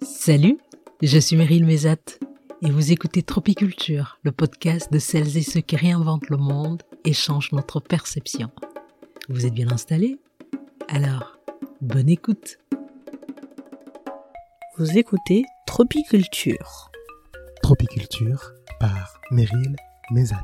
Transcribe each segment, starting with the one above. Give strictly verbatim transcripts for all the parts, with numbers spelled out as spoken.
Salut, je suis Meryl Mezat et vous écoutez Tropiculture, le podcast de celles et ceux qui réinventent le monde et changent notre perception. Vous êtes bien installés ? Alors, bonne écoute. Vous écoutez Tropiculture. Tropiculture par Meryl Mezat.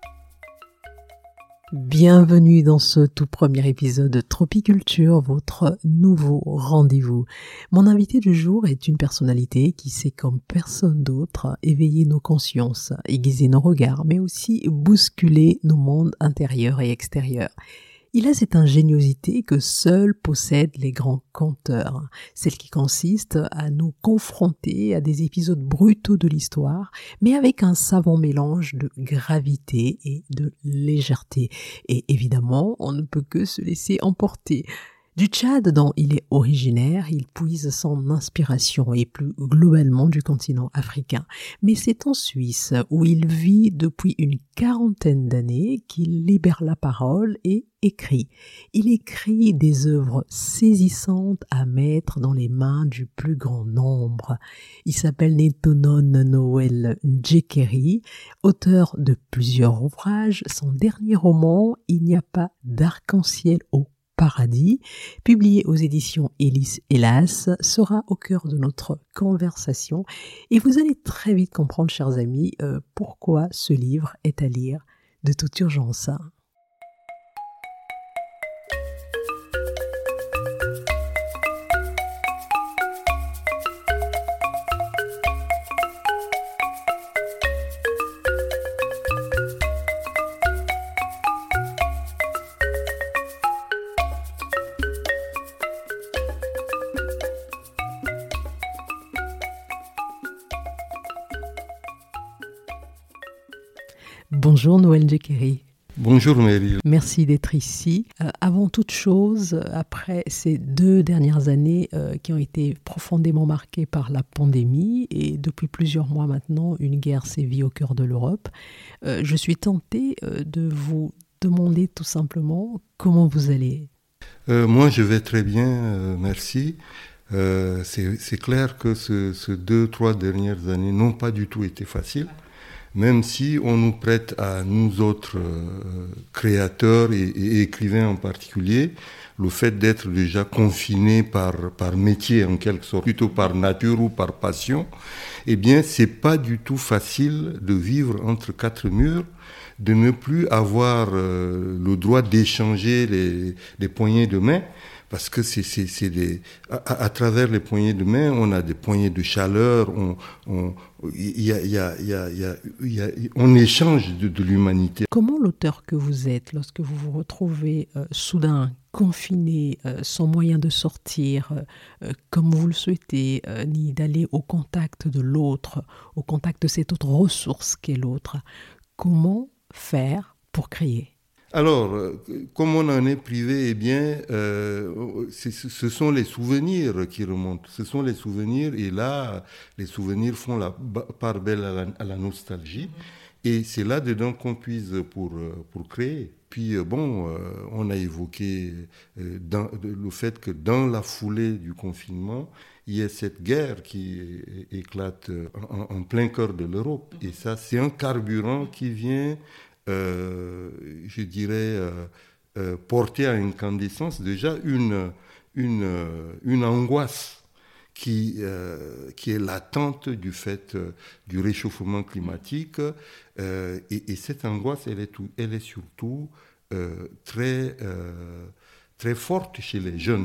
Bienvenue dans ce tout premier épisode de Tropiculture, votre nouveau rendez-vous. Mon invité du jour est une personnalité qui sait comme personne d'autre éveiller nos consciences, aiguiser nos regards, mais aussi bousculer nos mondes intérieurs et extérieurs. Il a cette ingéniosité que seuls possèdent les grands conteurs, celle qui consiste à nous confronter à des épisodes brutaux de l'histoire, mais avec un savant mélange de gravité et de légèreté. Et évidemment, on ne peut que se laisser emporter. Du Tchad dont il est originaire, il puise son inspiration et plus globalement du continent africain. Mais c'est en Suisse où il vit depuis une quarantaine d'années qu'il libère la parole et écrit. Il écrit des œuvres saisissantes à mettre dans les mains du plus grand nombre. Il s'appelle Netonon Noël Njekeri, auteur de plusieurs ouvrages. Son dernier roman, Il n'y a pas d'arc-en-ciel au Paradis, publié aux éditions Elis Hélas, sera au cœur de notre conversation et vous allez très vite comprendre, chers amis, euh, pourquoi ce livre est à lire de toute urgence. Bonjour Noël Njekeri. Bonjour Meryl. Merci d'être ici. Euh, avant toute chose, après ces deux dernières années euh, qui ont été profondément marquées par la pandémie et depuis plusieurs mois maintenant, une guerre sévit au cœur de l'Europe, euh, je suis tentée euh, de vous demander tout simplement comment vous allez. Euh, moi je vais très bien, euh, merci. Euh, c'est, c'est clair que ce, ces deux, trois dernières années n'ont pas du tout été faciles. Même si on nous prête à nous autres euh, créateurs et, et écrivains en particulier, le fait d'être déjà confiné par, par métier en quelque sorte, plutôt par nature ou par passion, eh bien c'est pas du tout facile de vivre entre quatre murs, de ne plus avoir euh, le droit d'échanger les, les poignées de main. Parce que c'est, c'est, c'est des, à, à travers les poignées de main, on a des poignées de chaleur, on, on, y a, y a, y a, y a, y a, on échange de, de l'humanité. Comment l'auteur que vous êtes, lorsque vous vous retrouvez euh, soudain confiné, euh, sans moyen de sortir, euh, comme vous le souhaitez, euh, ni d'aller au contact de l'autre, au contact de cette autre ressource qu'est l'autre, comment faire pour créer ? Alors, comme on en est privé, eh bien, euh, c'est, ce sont les souvenirs qui remontent. Ce sont les souvenirs, et là, les souvenirs font la part belle à la, à la nostalgie. Et c'est là-dedans qu'on puise pour, pour créer. Puis, bon, euh, on a évoqué euh, dans, le fait que dans la foulée du confinement, il y a cette guerre qui éclate en, en plein cœur de l'Europe. Et ça, c'est un carburant qui vient... Euh, je dirais, euh, euh, porter à incandescence déjà une, une, une angoisse qui, euh, qui est latente du fait euh, du réchauffement climatique. Euh, et, et cette angoisse, elle est, tout, elle est surtout euh, très, euh, très forte chez les jeunes.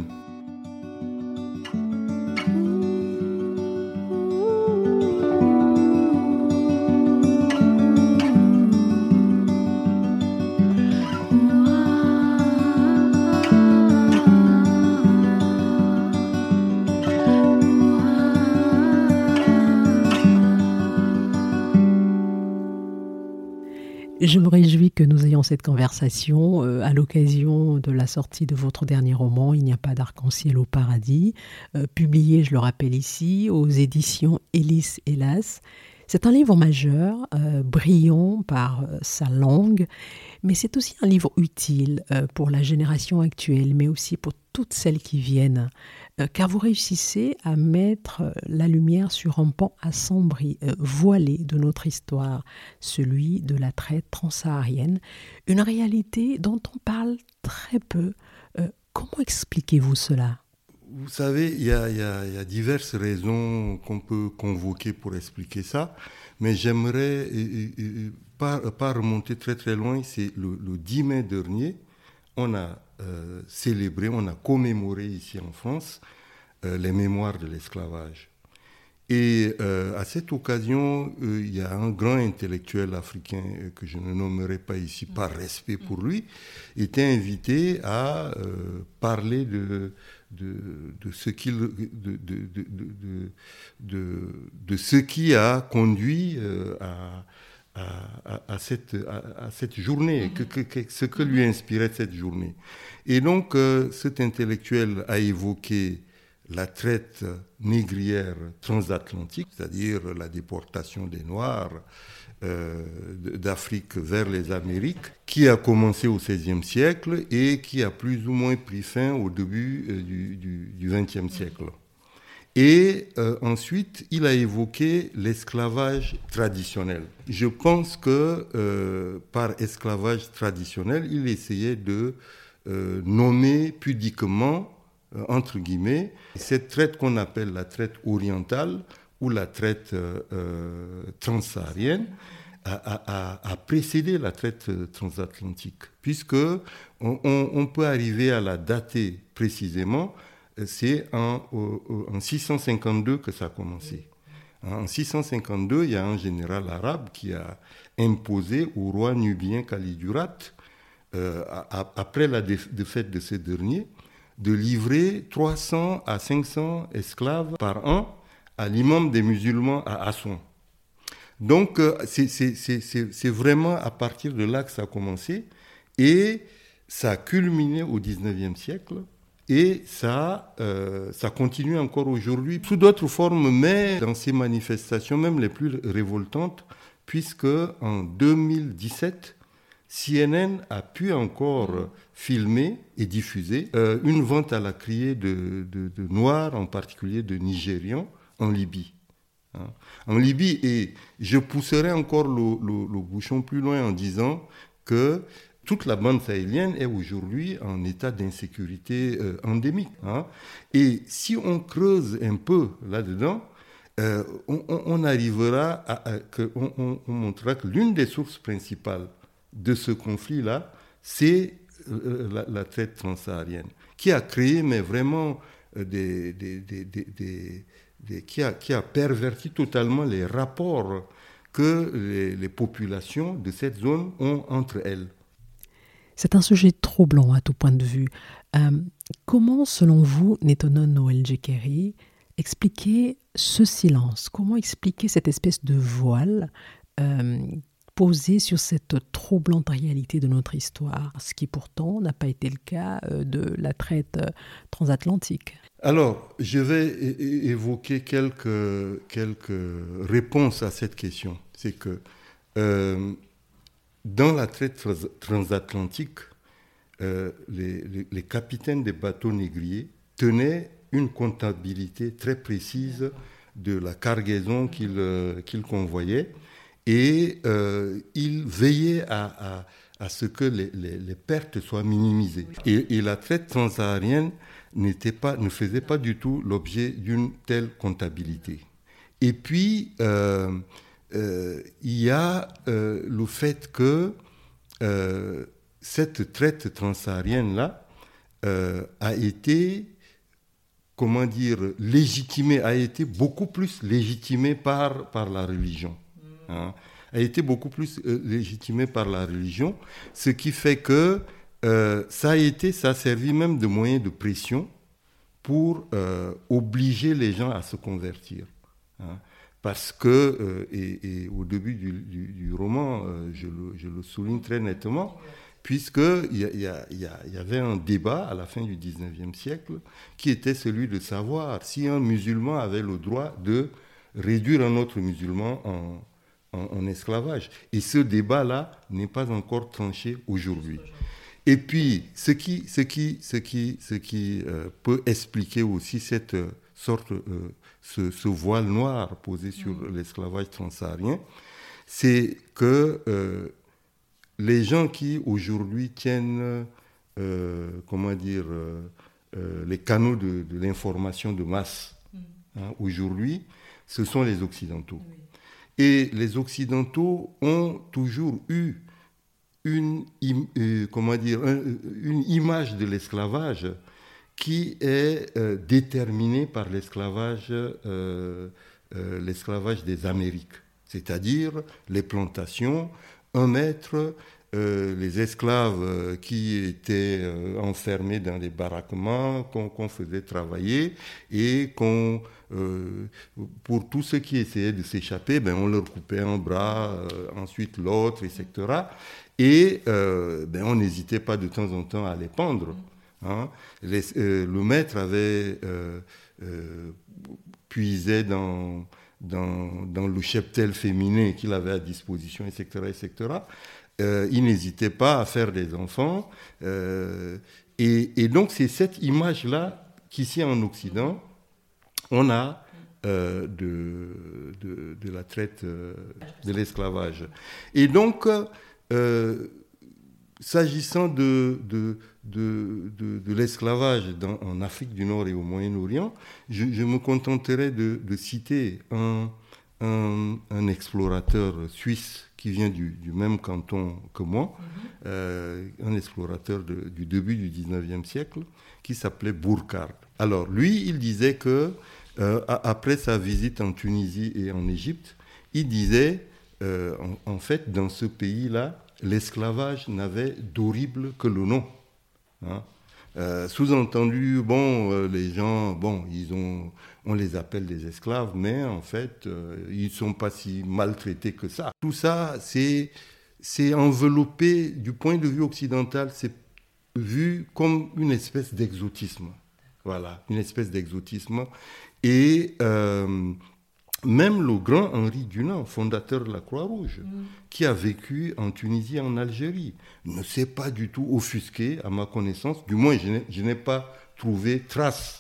Je me réjouis que nous ayons cette conversation euh, à l'occasion de la sortie de votre dernier roman, Il n'y a pas d'arc-en-ciel au paradis, euh, publié, je le rappelle ici, aux éditions Elis Hélas. C'est un livre majeur, euh, brillant par euh, sa langue, mais c'est aussi un livre utile euh, pour la génération actuelle, mais aussi pour toutes celles qui viennent, euh, car vous réussissez à mettre la lumière sur un pan assombri, euh, voilé de notre histoire, celui de la traite transsaharienne, une réalité dont on parle très peu. Euh, comment expliquez-vous cela ? Vous savez, il y, y, y a diverses raisons qu'on peut convoquer pour expliquer ça, mais j'aimerais euh, euh, pas, pas remonter très très loin. C'est le, le dix mai dernier, on a euh, célébré, on a commémoré ici en France euh, les mémoires de l'esclavage. Et euh, à cette occasion, euh, il y a un grand intellectuel africain euh, que je ne nommerai pas ici par respect pour lui, était invité à euh, parler de, de, de, ce qui, de, de, de, de, de, de ce qui a conduit euh, à, à, à, cette, à, à cette journée, que, que, que, ce que lui inspirait cette journée. Et donc, euh, cet intellectuel a évoqué la traite négrière transatlantique, c'est-à-dire la déportation des Noirs euh, d'Afrique vers les Amériques, qui a commencé au seizième siècle et qui a plus ou moins pris fin au début euh, du, du, du vingtième siècle. Et euh, ensuite, il a évoqué l'esclavage traditionnel. Je pense que euh, par esclavage traditionnel, il essayait de euh, nommer pudiquement, entre guillemets, cette traite qu'on appelle la traite orientale ou la traite euh, transsaharienne a, a, a précédé la traite transatlantique, puisque on, on, on peut arriver à la dater précisément, c'est en, en six cent cinquante-deux que ça a commencé. En six cent cinquante-deux, il y a un général arabe qui a imposé au roi nubien Kalidurat, euh, après la défaite de ce dernier, de livrer trois cents à cinq cents esclaves par an à l'imam des musulmans à Assouan. Donc, c'est, c'est, c'est, c'est vraiment à partir de là que ça a commencé et ça a culminé au dix-neuvième siècle et ça, euh, ça continue encore aujourd'hui sous d'autres formes, mais dans ces manifestations, même les plus révoltantes, puisque en deux mille dix-sept, C N N a pu encore filmer et diffuser euh, une vente à la criée de, de, de Noirs, en particulier de Nigérians, en Libye. Hein. En Libye, et je pousserai encore le, le, le bouchon plus loin en disant que toute la bande sahélienne est aujourd'hui en état d'insécurité euh, endémique. Hein. Et si on creuse un peu là-dedans, euh, on, on arrivera à, à que, on, on, on montrera que l'une des sources principales de ce conflit-là, c'est la, la traite transsaharienne, qui a créé, mais vraiment, des, des, des, des, des, des, qui, a, qui a perverti totalement les rapports que les, les populations de cette zone ont entre elles. C'est un sujet troublant à tout point de vue. Euh, comment, selon vous, Netonon Noël Djekeri, expliquer ce silence ? Comment expliquer cette espèce de voile euh, posé sur cette troublante réalité de notre histoire, ce qui pourtant n'a pas été le cas de la traite transatlantique? Alors, je vais é- évoquer quelques, quelques réponses à cette question. C'est que euh, dans la traite trans- transatlantique, euh, les, les, les capitaines des bateaux négriers tenaient une comptabilité très précise de la cargaison qu'ils, euh, qu'ils convoyaient. Et euh, il veillait à, à, à ce que les, les, les pertes soient minimisées. Et, et la traite transsaharienne n'était pas, ne faisait pas du tout l'objet d'une telle comptabilité. Et puis, euh, euh, il y a euh, le fait que euh, cette traite transsaharienne-là euh, a été, comment dire, légitimée, a été beaucoup plus légitimée par, par la religion. Hein, a été beaucoup plus euh, légitimé par la religion, ce qui fait que euh, ça a été, ça a servi même de moyen de pression pour euh, obliger les gens à se convertir. Hein, parce que, euh, et, et au début du, du, du roman, euh, je, le, je le souligne très nettement, puisqu'il y, a, y, a, y, a, y avait un débat à la fin du dix-neuvième siècle qui était celui de savoir si un musulman avait le droit de réduire un autre musulman en En, en esclavage. Et ce débat-là n'est pas encore tranché aujourd'hui. Et puis, ce qui, ce qui, ce qui, ce qui euh, peut expliquer aussi cette euh, sorte, euh, ce, ce voile noir posé sur mmh. l'esclavage transsaharien, c'est que euh, les gens qui aujourd'hui tiennent, euh, comment dire, euh, euh, les canaux de, de l'information de masse, mmh. hein, aujourd'hui, ce sont les Occidentaux. Oui. Et les Occidentaux ont toujours eu une, euh, comment dire, un, une image de l'esclavage qui est euh, déterminée par l'esclavage, euh, euh, l'esclavage des Amériques, c'est-à-dire les plantations, un maître, euh, les esclaves euh, qui étaient euh, enfermés dans des baraquements, qu'on, qu'on faisait travailler et qu'on, euh, pour tous ceux qui essayaient de s'échapper, ben, on leur coupait un bras, euh, ensuite l'autre, et cetera. Et euh, ben, on n'hésitait pas de temps en temps à les pendre. Hein. Les, euh, le maître avait euh, euh, puisé dans, dans, dans le cheptel féminin qu'il avait à disposition, et cetera, et cetera. Euh, il n'hésitait pas à faire des enfants. Euh, et, et donc, c'est cette image-là qu'ici en Occident, on a euh, de, de, de la traite, euh, de l'esclavage. Et donc, Euh, s'agissant de, de, de, de, de l'esclavage dans, en Afrique du Nord et au Moyen-Orient, je, je me contenterai de, de citer un, un, un explorateur suisse qui vient du, du même canton que moi, mm-hmm. euh, un explorateur de, du début du dix-neuvième siècle, qui s'appelait Burckhardt. Alors, lui, il disait que, euh, après sa visite en Tunisie et en Égypte, il disait... Euh, en, en fait, dans ce pays-là, l'esclavage n'avait d'horrible que le nom. Hein. Euh, sous-entendu, bon, euh, les gens, bon, ils ont, on les appelle des esclaves, mais en fait, euh, ils ne sont pas si maltraités que ça. Tout ça, c'est, c'est enveloppé, du point de vue occidental, c'est vu comme une espèce d'exotisme. Voilà, une espèce d'exotisme. Et... Euh, Même le grand Henri Dunant, fondateur de la Croix-Rouge, mmh. qui a vécu en Tunisie et en Algérie, ne s'est pas du tout offusqué, à ma connaissance. Du moins, je n'ai, je n'ai pas trouvé trace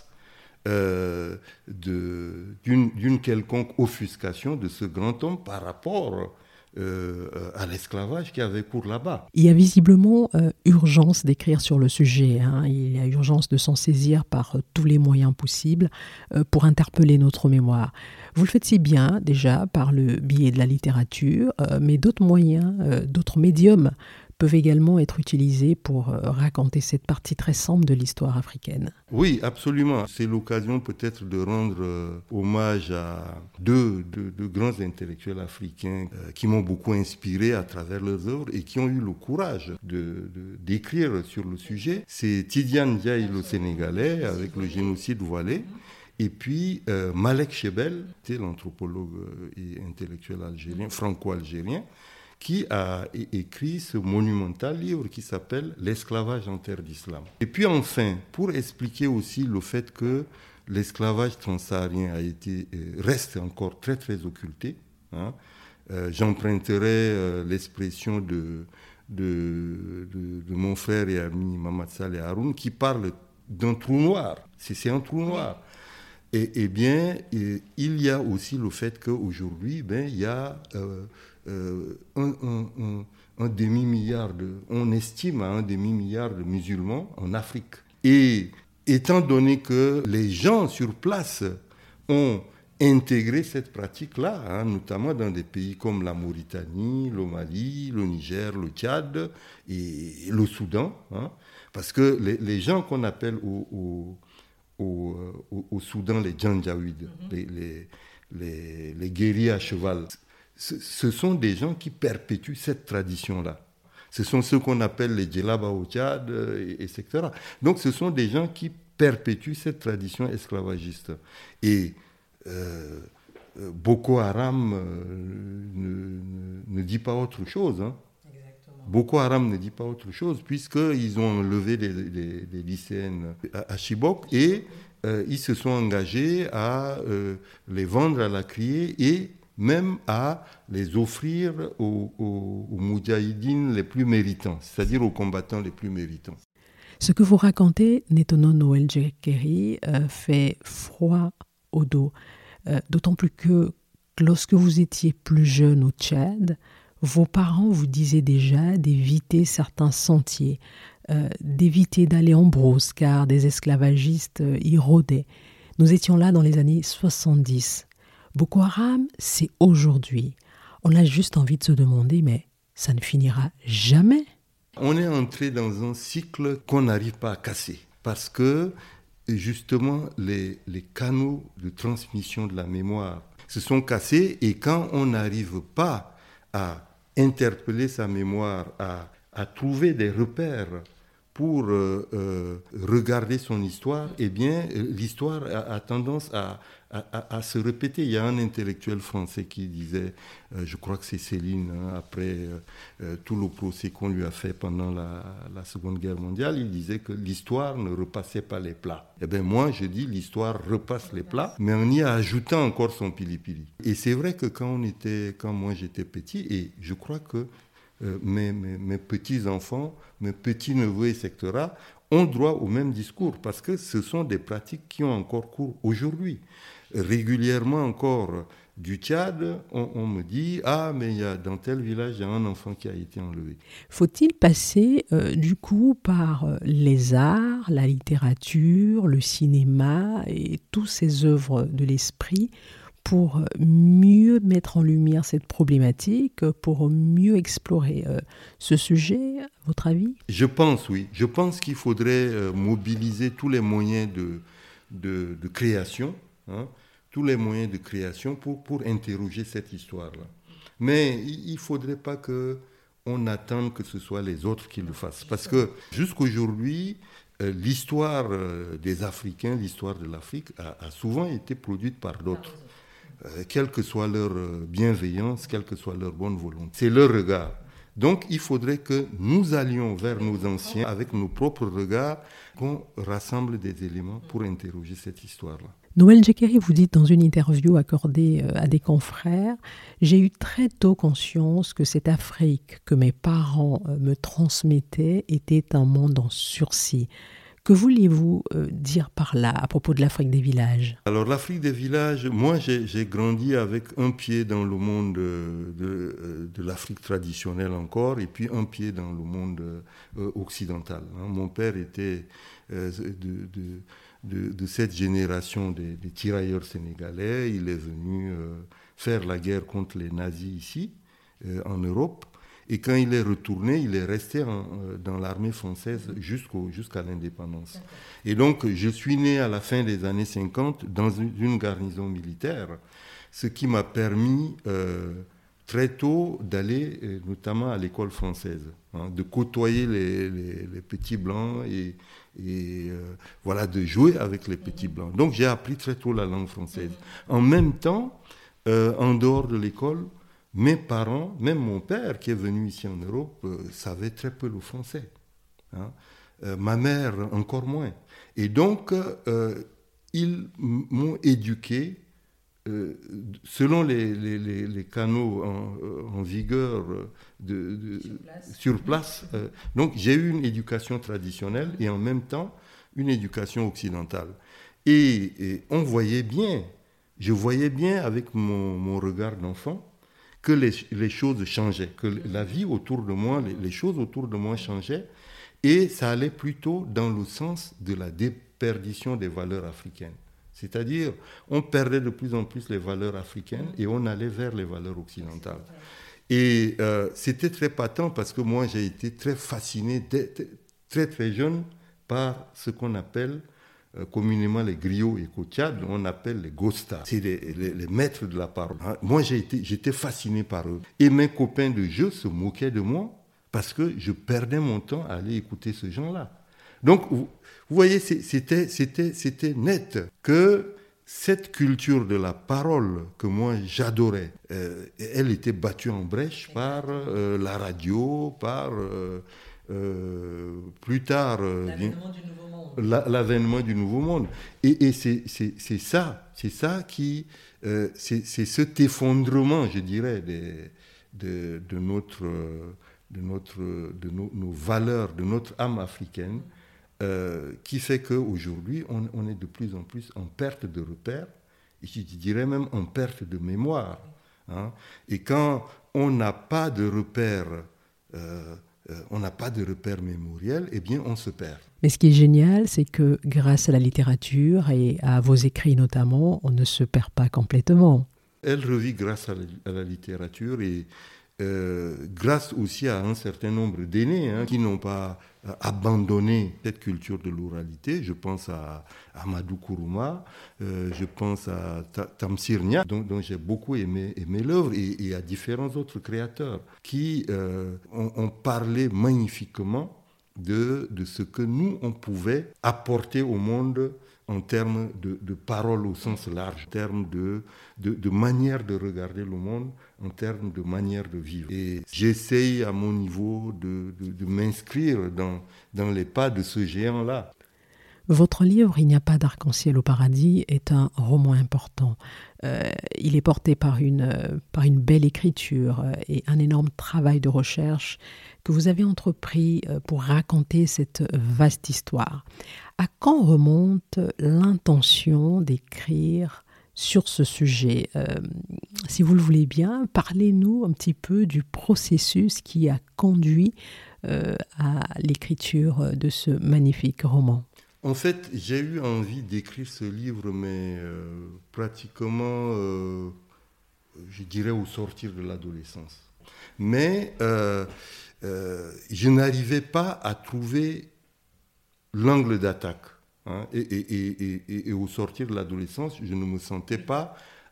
euh, de, d'une, d'une quelconque offuscation de ce grand homme par rapport euh, à l'esclavage qui avait cours là-bas. Il y a visiblement euh, urgence d'écrire sur le sujet. Hein. Il y a urgence de s'en saisir par euh, tous les moyens possibles euh, pour interpeller notre mémoire. Vous le faites si bien, déjà, par le biais de la littérature, euh, mais d'autres moyens, euh, d'autres médiums peuvent également être utilisés pour euh, raconter cette partie très sombre de l'histoire africaine. Oui, absolument. C'est l'occasion peut-être de rendre euh, hommage à deux, deux, deux grands intellectuels africains euh, qui m'ont beaucoup inspiré à travers leurs œuvres et qui ont eu le courage de, de, d'écrire sur le sujet. C'est Tidiane Diaye, le Sénégalais, avec le génocide voilé. Et puis euh, Malek Chebel, l'anthropologue et intellectuel algérien, franco-algérien, qui a é- écrit ce monumental livre qui s'appelle « L'esclavage en terre d'islam ». Et puis enfin, pour expliquer aussi le fait que l'esclavage transsaharien a été, euh, reste encore très très occulté, hein, euh, j'emprunterai euh, l'expression de, de, de, de mon frère et ami Mamad Saleh Haroun qui parle d'un trou noir. C'est, c'est un trou noir. Et, eh bien, et, il y a aussi le fait qu'aujourd'hui, ben, il y a euh, euh, un, un, un, un demi-milliard, de, on estime à un demi-milliard de musulmans en Afrique. Et étant donné que les gens sur place ont intégré cette pratique-là, hein, notamment dans des pays comme la Mauritanie, le Mali, le Niger, le Tchad et le Soudan, hein, parce que les, les gens qu'on appelle au, au Au, au, au Soudan, les Janjaouides, mm-hmm. les, les, les, les guerriers à cheval. Ce, ce sont des gens qui perpétuent cette tradition-là. Ce sont ceux qu'on appelle les Djellaba au Tchad, et, et cetera. Donc ce sont des gens qui perpétuent cette tradition esclavagiste. Et euh, Boko Haram euh, ne, ne, ne dit pas autre chose, hein. Boko Haram ne dit pas autre chose, puisqu'ils ont enlevé des, des, des lycéennes à, à Chibok et euh, ils se sont engagés à euh, les vendre à la criée et même à les offrir aux, aux, aux moudjahidines les plus méritants, c'est-à-dire aux combattants les plus méritants. Ce que vous racontez, Netono Noël Djekeri, euh, fait froid au dos, euh, d'autant plus que lorsque vous étiez plus jeune au Tchad, vos parents vous disaient déjà d'éviter certains sentiers, euh, d'éviter d'aller en brousse car des esclavagistes euh, y rôdaient. Nous étions là dans les années soixante-dix. Boko Haram, c'est aujourd'hui. On a juste envie de se demander, mais ça ne finira jamais. On est entré dans un cycle qu'on n'arrive pas à casser parce que justement les, les canaux de transmission de la mémoire se sont cassés et quand on n'arrive pas à interpeller sa mémoire, à, à trouver des repères pour euh, euh, regarder son histoire, eh bien l'histoire a, a tendance à, à, à se répéter. Il y a un intellectuel français qui disait, euh, je crois que c'est Céline, hein, après euh, tout le procès qu'on lui a fait pendant la, la Seconde Guerre mondiale, il disait que l'histoire ne repassait pas les plats. Eh bien moi je dis l'histoire repasse les plats, mais en y ajoutant encore son pili-pili. Et c'est vrai que quand, on était, quand moi j'étais petit, et je crois que euh, mes, mes, mes petits-enfants, mes petits-neveux, et cetera, ont droit au même discours, parce que ce sont des pratiques qui ont encore cours aujourd'hui. Régulièrement encore du Tchad, on, on me dit « Ah, mais il y a, dans tel village, il y a un enfant qui a été enlevé. » Faut-il passer euh, du coup par euh, les arts, la littérature, le cinéma et toutes ces œuvres de l'esprit pour mieux mettre en lumière cette problématique, pour mieux explorer euh, ce sujet, à votre avis ? Je pense, oui. Je pense qu'il faudrait euh, mobiliser tous les moyens de, de, de création, hein, tous les moyens de création pour, pour interroger cette histoire-là. Mais il ne faudrait pas qu'on attende que ce soit les autres qui le fassent. Parce que jusqu'aujourd'hui, euh, l'histoire euh, des Africains, l'histoire de l'Afrique a, a souvent été produite par d'autres. Euh, quelle que soit leur euh, bienveillance, quelle que soit leur bonne volonté. C'est leur regard. Donc, il faudrait que nous allions vers nos anciens avec nos propres regards, qu'on rassemble des éléments pour interroger cette histoire-là. Noël Djekeri, vous dites dans une interview accordée à des confrères, « J'ai eu très tôt conscience que cette Afrique que mes parents me transmettaient était un monde en sursis. » Que vouliez-vous euh, dire par là à propos de l'Afrique des villages ? Alors l'Afrique des villages, moi j'ai, j'ai grandi avec un pied dans le monde de, de, de l'Afrique traditionnelle encore et puis un pied dans le monde euh, occidental. Hein. Mon père était euh, de, de, de, de cette génération des, des tirailleurs sénégalais. Il est venu euh, faire la guerre contre les nazis ici, euh, en Europe. Et quand il est retourné, il est resté en, dans l'armée française jusqu'au, jusqu'à l'indépendance. Et donc, je suis né à la fin des années cinquante dans une, une garnison militaire, ce qui m'a permis euh, très tôt d'aller euh, notamment à l'école française, hein, de côtoyer les, les, les petits blancs et, et euh, voilà, de jouer avec les petits blancs. Donc, j'ai appris très tôt la langue française. En même temps, euh, en dehors de l'école, mes parents, même mon père qui est venu ici en Europe, euh, savait très peu le français. Hein. Euh, ma mère encore moins. Et donc, euh, ils m'ont éduqué euh, selon les, les, les, les canaux en, en vigueur de, de, sur place. Sur place. Euh, donc, j'ai eu une éducation traditionnelle et en même temps une éducation occidentale. Et, et on voyait bien, je voyais bien avec mon, mon regard d'enfant, que les, les choses changeaient, que la vie autour de moi, les, les choses autour de moi changeaient, et ça allait plutôt dans le sens de la déperdition des valeurs africaines. C'est-à-dire, on perdait de plus en plus les valeurs africaines et on allait vers les valeurs occidentales. Et euh, c'était très patent parce que moi, j'ai été très fasciné, dès, très très jeune, par ce qu'on appelle communément les griots et qu'au Tchad, on appelle les gostas. C'est les, les, les maîtres de la parole. Moi, j'ai été, j'étais fasciné par eux. Et mes copains de jeu se moquaient de moi parce que je perdais mon temps à aller écouter ces gens-là. Donc, vous, vous voyez, c'était, c'était, c'était net que cette culture de la parole que moi j'adorais, euh, elle était battue en brèche par euh, la radio, par... Euh, euh, plus tard... Euh, l'avènement du nouveau monde. La, l'avènement du nouveau monde. Et, et c'est, c'est, c'est ça, c'est ça qui... Euh, c'est, c'est cet effondrement, je dirais, des, de, de, notre, de, notre, de nos, nos valeurs, de notre âme africaine, euh, qui fait qu'aujourd'hui, on, on est de plus en plus en perte de repères, et je dirais même en perte de mémoire. Hein. Et quand on n'a pas de repères, euh, euh, on n'a pas de repères mémoriels, eh bien, on se perd. Mais ce qui est génial, c'est que grâce à la littérature et à vos écrits notamment, on ne se perd pas complètement. Elle revit grâce à la, à la littérature et euh, grâce aussi à un certain nombre d'aînés hein, qui n'ont pas euh, abandonné cette culture de l'oralité. Je pense à Amadou Kourouma, euh, je pense à Ta- Tamsir Nia, dont, dont j'ai beaucoup aimé, aimé l'œuvre, et, et à différents autres créateurs qui euh, ont, ont parlé magnifiquement De, de ce que nous, on pouvait apporter au monde en termes de, de paroles au sens large, en termes de, de, de manière de regarder le monde, en termes de manière de vivre. Et j'essaye à mon niveau de, de, de m'inscrire dans, dans les pas de ce géant-là. Votre livre « Il n'y a pas d'arc-en-ciel au paradis » est un roman important. Euh, il est porté par une, euh, par une belle écriture euh, et un énorme travail de recherche que vous avez entrepris euh, pour raconter cette vaste histoire. À quand remonte l'intention d'écrire sur ce sujet ? euh, Si vous le voulez bien, parlez-nous un petit peu du processus qui a conduit euh, à l'écriture de ce magnifique roman. En fait, j'ai eu envie d'écrire ce livre, mais euh, pratiquement, euh, je dirais, au sortir de l'adolescence. Mais euh, euh, je n'arrivais pas à trouver l'angle d'attaque. Hein, et, et, et, et, et au sortir de l'adolescence, je ne me sentais pas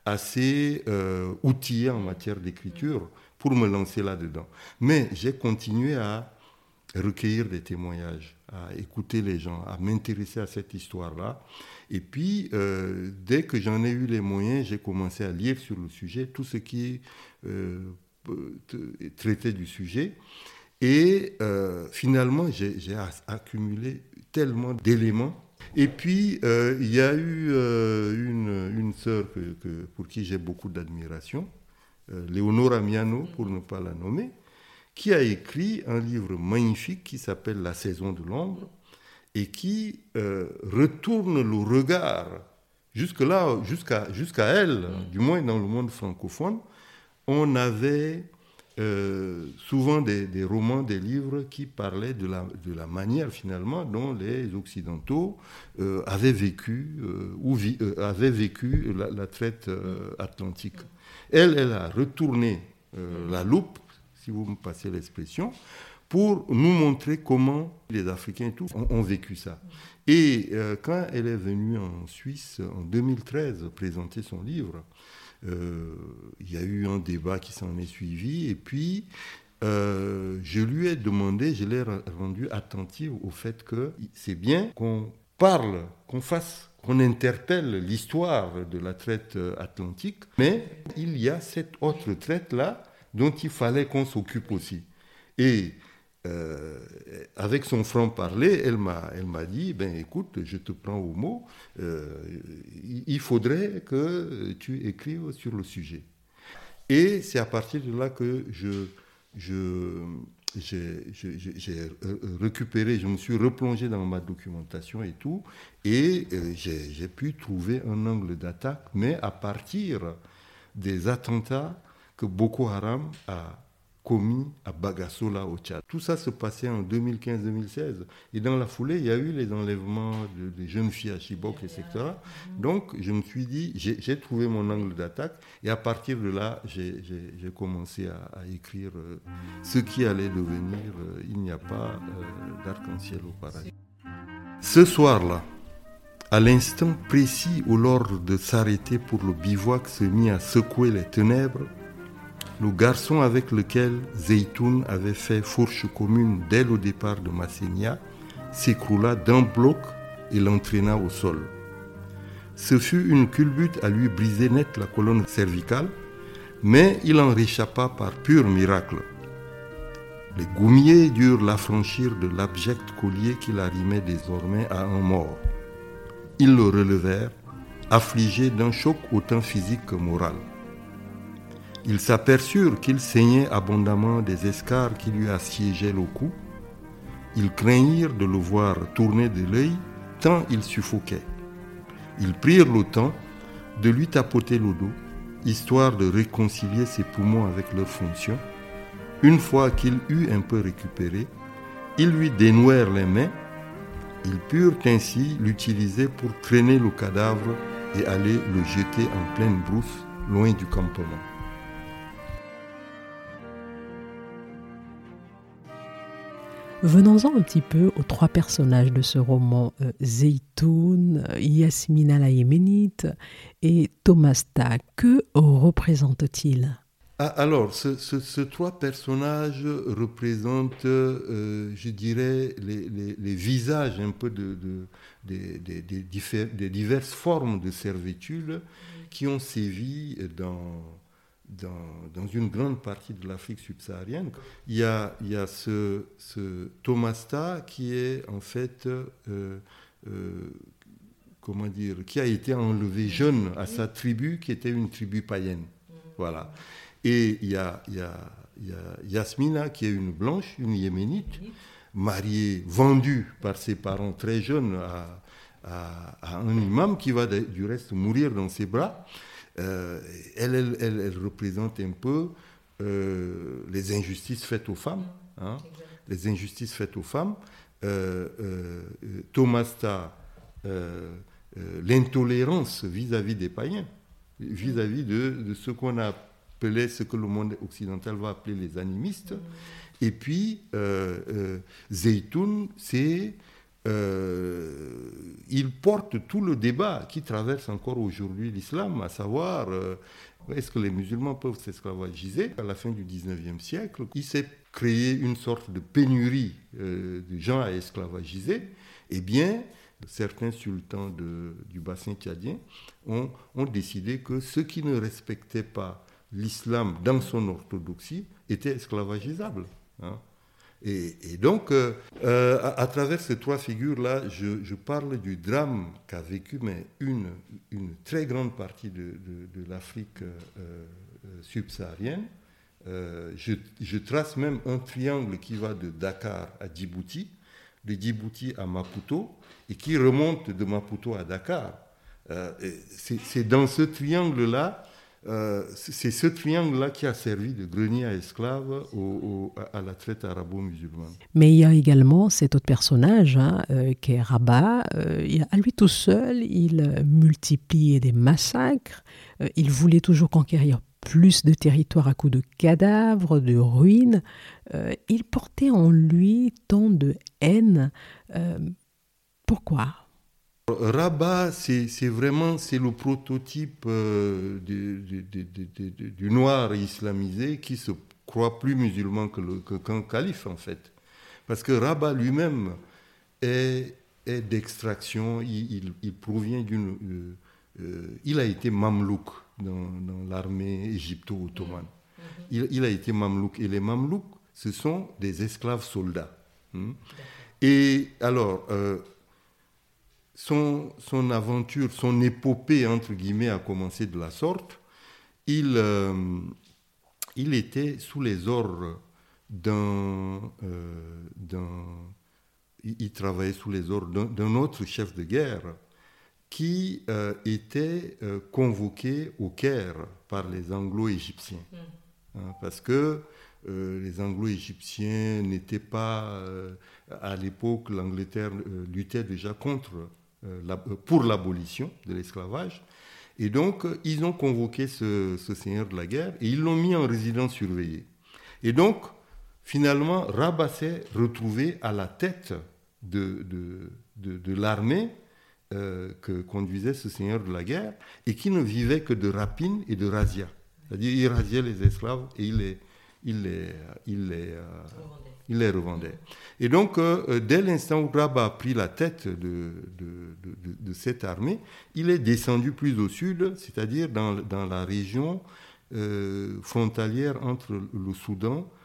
assez euh, outillé en matière d'écriture pour me lancer là-dedans. Mais j'ai continué à recueillir des témoignages, à écouter les gens, à m'intéresser à cette histoire-là. Et puis, euh, dès que j'en ai eu les moyens, j'ai commencé à lire sur le sujet, tout ce qui euh, traitait du sujet. Et euh, finalement, j'ai, j'ai accumulé tellement d'éléments. Et puis, euh, il y a eu euh, une, une sœur que, que, pour qui j'ai beaucoup d'admiration, euh, Léonora Miano, pour ne pas la nommer, qui a écrit un livre magnifique qui s'appelle « La saison de l'ombre » et qui euh, retourne le regard jusque-là, jusqu'à, jusqu'à elle, du moins dans le monde francophone. On avait euh, souvent des, des romans, des livres qui parlaient de la, de la manière finalement dont les Occidentaux euh, avaient vécu, euh, ou vi, euh, avaient vécu la, la traite euh, atlantique. Elle, elle a retourné euh, la loupe, si vous me passez l'expression, pour nous montrer comment les Africains et tout ont, ont vécu ça. Et euh, quand elle est venue en Suisse en deux mille treize présenter son livre, euh, il y a eu un débat qui s'en est suivi, et puis euh, je lui ai demandé, je l'ai rendu attentive au fait que c'est bien qu'on parle, qu'on fasse, qu'on interpelle l'histoire de la traite atlantique, mais il y a cette autre traite-là dont il fallait qu'on s'occupe aussi. Et euh, avec son franc-parler, elle m'a, elle m'a dit, ben écoute, je te prends au mot, euh, il faudrait que tu écrives sur le sujet. Et c'est à partir de là que je, je, j'ai, j'ai, j'ai récupéré, je me suis replongé dans ma documentation et tout, et euh, j'ai, j'ai pu trouver un angle d'attaque, mais à partir des attentats que Boko Haram a commis à Bagassola au Tchad. Tout ça se passait en deux mille quinze deux mille seize. Et dans la foulée, il y a eu les enlèvements de, de jeunes filles à Chibok, et cetera. Donc, je me suis dit, j'ai, j'ai trouvé mon angle d'attaque. Et à partir de là, j'ai, j'ai, j'ai commencé à, à écrire euh, ce qui allait devenir euh, « Il n'y a pas euh, d'arc-en-ciel au paradis ». Ce soir-là, à l'instant précis où l'ordre de s'arrêter pour le bivouac se mit à secouer les ténèbres, le garçon avec lequel Zeytoun avait fait fourche commune dès le départ de Massénia s'écroula d'un bloc et l'entraîna au sol. Ce fut une culbute à lui briser net la colonne cervicale, mais il en réchappa par pur miracle. Les goumiers durent l'affranchir de l'abject collier qu'il arrimait désormais à un mort. Ils le relevèrent, affligé d'un choc autant physique que moral. Ils s'aperçurent qu'il saignait abondamment des escarres qui lui assiégeaient le cou. Ils craignirent de le voir tourner de l'œil, tant il suffoquait. Ils prirent le temps de lui tapoter le dos, histoire de réconcilier ses poumons avec leurs fonctions. Une fois qu'il eut un peu récupéré, ils lui dénouèrent les mains. Ils purent ainsi l'utiliser pour traîner le cadavre et aller le jeter en pleine brousse, loin du campement. Venons-en un petit peu aux trois personnages de ce roman, euh, Zeytoun, Yasmina la Yéménite et Tomasta. Que représentent-ils ? Ah, alors, ce, ce, ces trois personnages représentent, euh, je dirais, les, les, les visages un peu de, de, de, de, de, diffé- de diverses formes de servitude qui ont sévi dans, dans, dans une grande partie de l'Afrique subsaharienne. Il y a, il y a ce, ce Tomasta qui est en fait, euh, euh, comment dire, qui a été enlevé jeune à sa tribu, qui était une tribu païenne. Voilà. Et il y a, il y a, il y a Yasmina, qui est une blanche, une yéménite, mariée, vendue par ses parents très jeunes à, à, à un imam qui va du reste mourir dans ses bras. Euh, elle, elle, elle, elle représente un peu euh, les injustices faites aux femmes. Hein, les injustices faites aux femmes. Euh, euh, Tomasta, euh, euh, l'intolérance vis-à-vis des païens, vis-à-vis de, de ce qu'on a appelé, ce que le monde occidental va appeler les animistes. Mmh. Et puis, euh, euh, Zeytoun, c'est, euh, il porte tout le débat qui traverse encore aujourd'hui l'islam, à savoir, euh, est-ce que les musulmans peuvent s'esclavagiser ? À la fin du dix-neuvième siècle, il s'est créé une sorte de pénurie euh, de gens à esclavagiser. Eh bien, certains sultans de, du bassin tchadien ont, ont décidé que ceux qui ne respectaient pas l'islam dans son orthodoxie était esclavagisable. Hein. Et, et donc, euh, euh, à, à travers ces trois figures-là, je, je parle du drame qu'a vécu mais une, une très grande partie de, de, de l'Afrique euh, subsaharienne. Euh, je, je trace même un triangle qui va de Dakar à Djibouti, de Djibouti à Maputo, et qui remonte de Maputo à Dakar. Euh, c'est, c'est dans ce triangle-là Euh, c'est ce triangle-là qui a servi de grenier à esclaves au, au, à la traite arabo-musulmane. Mais il y a également cet autre personnage hein, euh, qui est Rabat. Euh, il, à lui tout seul, il euh, multipliait des massacres. Euh, il voulait toujours conquérir plus de territoire à coups de cadavres, de ruines. Euh, il portait en lui tant de haine. Euh, pourquoi ? Rabat, c'est, c'est vraiment c'est le prototype euh, du, du, du, du, du noir islamisé qui se croit plus musulman que le, que, qu'un calife, en fait. Parce que Rabat lui-même est, est d'extraction, il, il, il provient d'une... Euh, euh, il a été mamelouk dans, dans l'armée égypto-ottomane. Mm-hmm. Il, il a été mamelouk. Et les mamelouks, ce sont des esclaves soldats. Hein. Et alors... Euh, Son, son aventure, son épopée, entre guillemets, a commencé de la sorte. Il, euh, il était sous les ordres d'un... Euh, d'un il, il travaillait sous les ordres d'un, d'un autre chef de guerre qui euh, était euh, convoqué au Caire par les Anglo-Égyptiens. Mmh. Hein, parce que euh, les Anglo-Égyptiens n'étaient pas... Euh, à l'époque, l'Angleterre euh, luttait déjà contre... pour l'abolition de l'esclavage. Et donc, ils ont convoqué ce, ce seigneur de la guerre et ils l'ont mis en résidence surveillée. Et donc, finalement, Rabat s'est retrouvé à la tête de, de, de, de l'armée euh, que conduisait ce seigneur de la guerre et qui ne vivait que de rapines et de razzias. C'est-à-dire, il razziait les esclaves et il les, il les, il les, euh, il les revendait. Et donc, euh, dès l'instant où Rabat a pris la tête de, de, de, de, de cette armée, il est descendu plus au sud, c'est-à-dire dans, dans la région euh, frontalière entre le Soudan,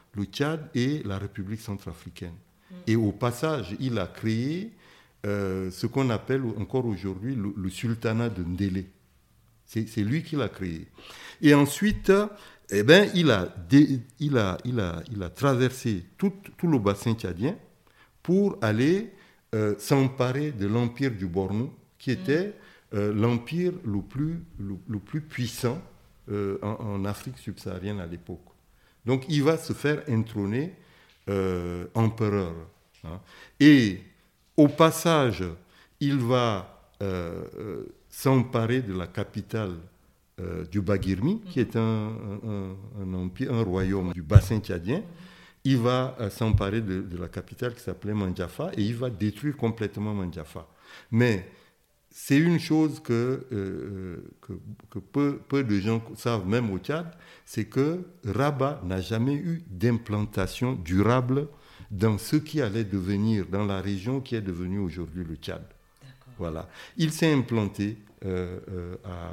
le Tchad et la République centrafricaine. Mmh. Et au passage, il a créé euh, ce qu'on appelle encore aujourd'hui le, le sultanat de Ndélé. C'est, c'est lui qui l'a créé. Et ensuite, eh ben, il, a dé, il, a, il, a, il a traversé tout, tout le bassin tchadien pour aller euh, s'emparer de l'empire du Bornou, qui était euh, l'empire le plus, le, le plus puissant euh, en, en Afrique subsaharienne à l'époque. Donc, il va se faire intrôner euh, empereur. Hein. Et au passage, il va euh, euh, s'emparer de la capitale euh, du Baguirmi, qui est un, un, un, empire, un royaume du bassin tchadien. Il va euh, s'emparer de, de la capitale qui s'appelait Mandjafa et il va détruire complètement Mandjafa. Mais c'est une chose que, euh, que, que peu, peu de gens savent, même au Tchad, c'est que Rabat n'a jamais eu d'implantation durable dans ce qui allait devenir, dans la région qui est devenue aujourd'hui le Tchad. D'accord. Voilà. Il s'est implanté euh, euh,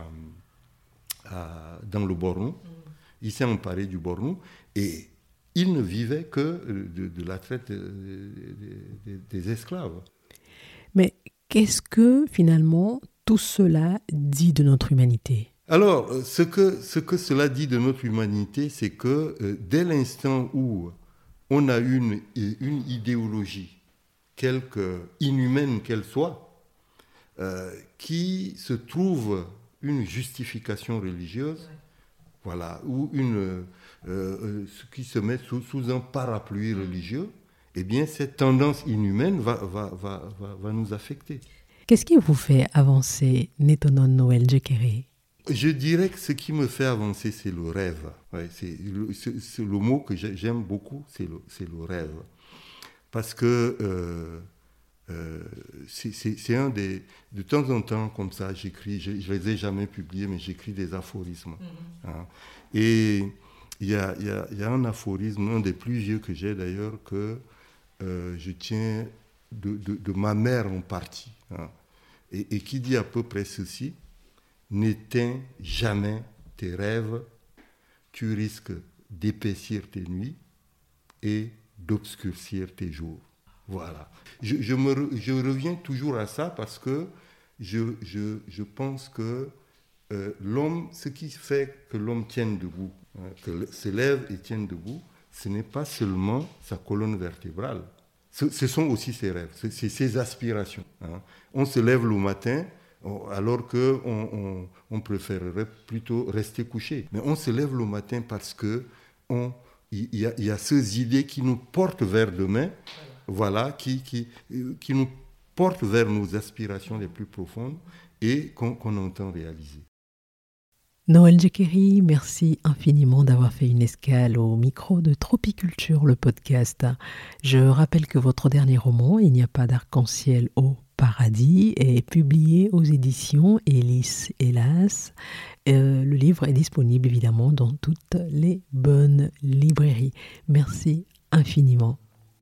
à, à, dans le Bornou, mmh. il s'est emparé du Bornou et il ne vivait que de, de la traite des, des, des esclaves. Mais qu'est-ce que, finalement, tout cela dit de notre humanité ? Alors, ce que, ce que cela dit de notre humanité, c'est que euh, dès l'instant où on a une, une idéologie, quelque inhumaine qu'elle soit, euh, qui se trouve une justification religieuse, ouais. voilà, ou une, euh, euh, qui se met sous, sous un parapluie religieux, eh bien, cette tendance inhumaine va, va, va, va, va nous affecter. Qu'est-ce qui vous fait avancer, Netonon Noël Djekere ? Je dirais que ce qui me fait avancer, c'est le rêve. Ouais, c'est, le, c'est, c'est le mot que j'aime beaucoup, c'est le, c'est le rêve. Parce que euh, euh, c'est, c'est, c'est un des... De temps en temps, comme ça, j'écris, je ne les ai jamais publiés, mais j'écris des aphorismes. Mm-hmm. Hein. Et il y a, y, a, y a un aphorisme, un des plus vieux que j'ai d'ailleurs, que euh, je tiens de, de, de ma mère en partie. Hein. Et, et qui dit à peu près ceci: n'éteins jamais tes rêves, tu risques d'épaissir tes nuits et d'obscurcir tes jours. Voilà. Je, je, me, je reviens toujours à ça parce que je, je, je pense que euh, l'homme, ce qui fait que l'homme tienne debout, hein, que se lève et tienne debout, ce n'est pas seulement sa colonne vertébrale. Ce, ce sont aussi ses rêves, c'est, c'est ses aspirations. Hein. On se lève le matin alors qu'on on, on préférerait plutôt rester couché. Mais on se lève le matin parce qu'il y, y a ces idées qui nous portent vers demain, voilà, qui, qui, qui nous portent vers nos aspirations les plus profondes et qu'on, qu'on entend réaliser. Noël Djekere, merci infiniment d'avoir fait une escale au micro de Tropiculture, le podcast. Je rappelle que votre dernier roman, Il n'y a pas d'arc-en-ciel au paradis, est publié aux éditions Hélice Hélas. Euh, le livre est disponible évidemment dans toutes les bonnes librairies. Merci infiniment.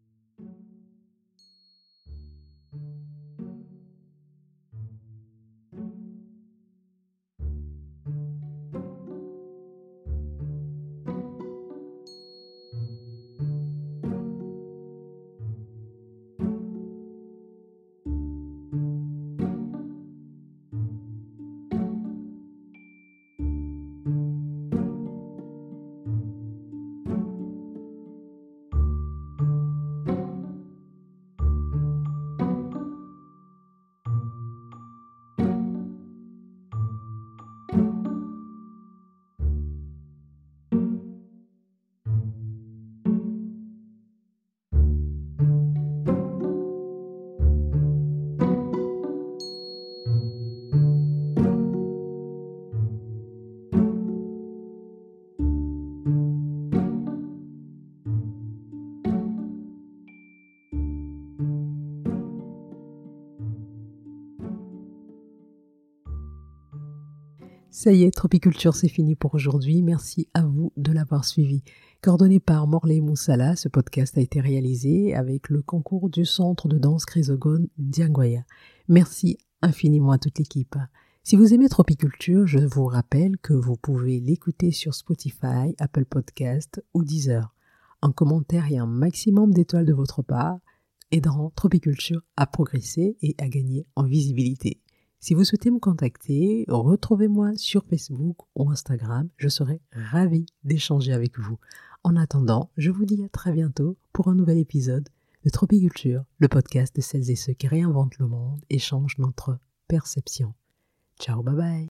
Ça y est, Tropiculture, c'est fini pour aujourd'hui. Merci à vous de l'avoir suivi. Coordonné par Morley Moussala, ce podcast a été réalisé avec le concours du Centre de danse Chrysogone d'Yanguaya. Merci infiniment à toute l'équipe. Si vous aimez Tropiculture, je vous rappelle que vous pouvez l'écouter sur Spotify, Apple Podcast ou Deezer. un commentaire et un maximum d'étoiles de votre part aideront Tropiculture à progresser et à gagner en visibilité. Si vous souhaitez me contacter, retrouvez-moi sur Facebook ou Instagram, je serai ravie d'échanger avec vous. En attendant, je vous dis à très bientôt pour un nouvel épisode de Tropiculture, le podcast de celles et ceux qui réinventent le monde et changent notre perception. Ciao, bye bye.